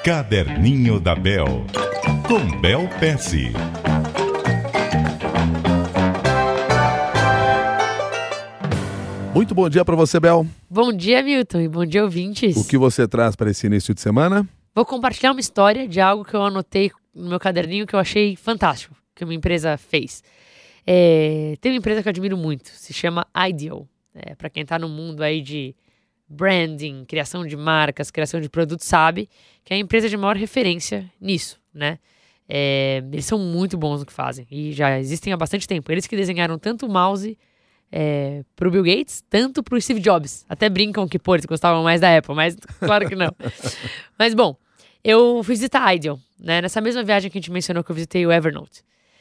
Caderninho da Bel, com Bel Pesce. Muito bom dia para você, Bel. Bom dia, Milton, e bom dia, ouvintes. O que você traz para esse início de semana? Vou compartilhar uma história de algo que eu anotei no meu caderninho que eu achei fantástico, que uma empresa fez. Tem uma empresa que eu admiro muito, se chama Ideal. Para quem está no mundo aí de branding, criação de marcas, criação de produtos, sabe que é a empresa de maior referência nisso, né? Eles são muito bons no que fazem e já existem há bastante tempo. Eles que desenharam tanto o mouse pro Bill Gates, tanto pro Steve Jobs. Até brincam que, eles gostavam mais da Apple, mas claro que não. Mas, bom, eu fui visitar a Ideal, né? Nessa mesma viagem que a gente mencionou que eu visitei o Evernote.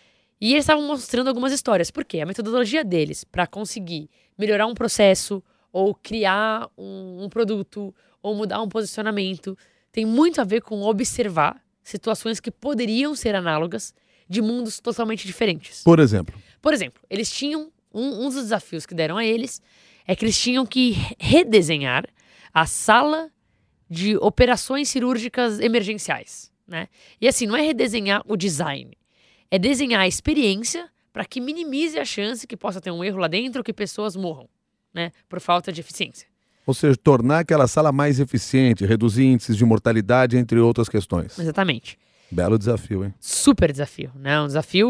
E eles estavam mostrando algumas histórias. Por quê? A metodologia deles para conseguir melhorar um processo ou criar um produto ou mudar um posicionamento tem muito a ver com observar situações que poderiam ser análogas de mundos totalmente diferentes. Por exemplo, eles tinham um dos desafios que deram a eles é que eles tinham que redesenhar a sala de operações cirúrgicas emergenciais, né? E assim, não é redesenhar o design, é desenhar a experiência para que minimize a chance que possa ter um erro lá dentro ou que pessoas morram, né, por falta de eficiência. Ou seja, tornar aquela sala mais eficiente, reduzir índices de mortalidade, entre outras questões. Exatamente. Belo desafio, hein? Super desafio, né? Um desafio,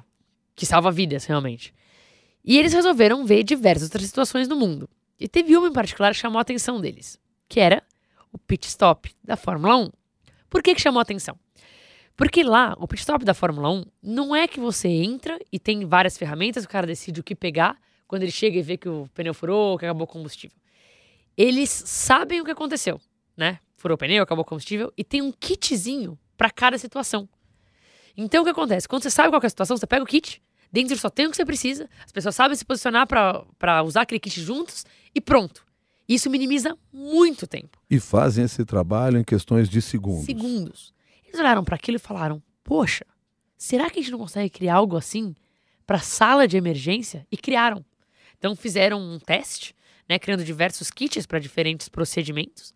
que salva vidas, realmente. E eles resolveram ver diversas outras situações no mundo. E teve uma em particular que chamou a atenção deles, que era o pit stop da Fórmula 1. Por que chamou a atenção? Porque lá, o pit stop da Fórmula 1 não é que você entra e tem várias ferramentas, o cara decide o que pegar quando ele chega e vê que o pneu furou, que acabou o combustível. Eles sabem o que aconteceu, né? Furou o pneu, acabou o combustível, e tem um kitzinho para cada situação. Então o que acontece? Quando você sabe qual é a situação, você pega o kit, dentro só tem o que você precisa, as pessoas sabem se posicionar para usar aquele kit juntos e pronto. Isso minimiza muito tempo. E fazem esse trabalho em questões de segundos. Eles olharam para aquilo e falaram, poxa, será que a gente não consegue criar algo assim para sala de emergência? E criaram. Então fizeram um teste, né, criando diversos kits para diferentes procedimentos.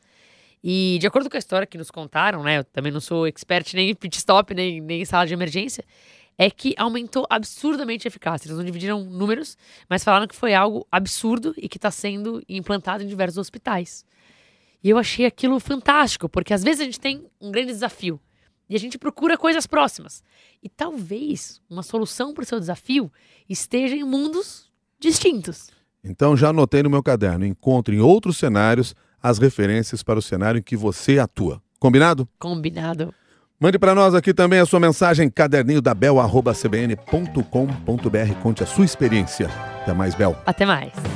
E de acordo com a história que nos contaram, né, eu também não sou expert nem em pit stop, nem em sala de emergência, é que aumentou absurdamente a eficácia. Eles não dividiram números, mas falaram que foi algo absurdo e que está sendo implantado em diversos hospitais. E eu achei aquilo fantástico, porque às vezes a gente tem um grande desafio e a gente procura coisas próximas. E talvez uma solução para o seu desafio esteja em mundos distintos. Então já anotei no meu caderno, encontre em outros cenários as referências para o cenário em que você atua. Combinado? Combinado. Mande para nós aqui também a sua mensagem, caderninhodabel@cbn.com.br. Conte a sua experiência. Até mais, Bel. Até mais.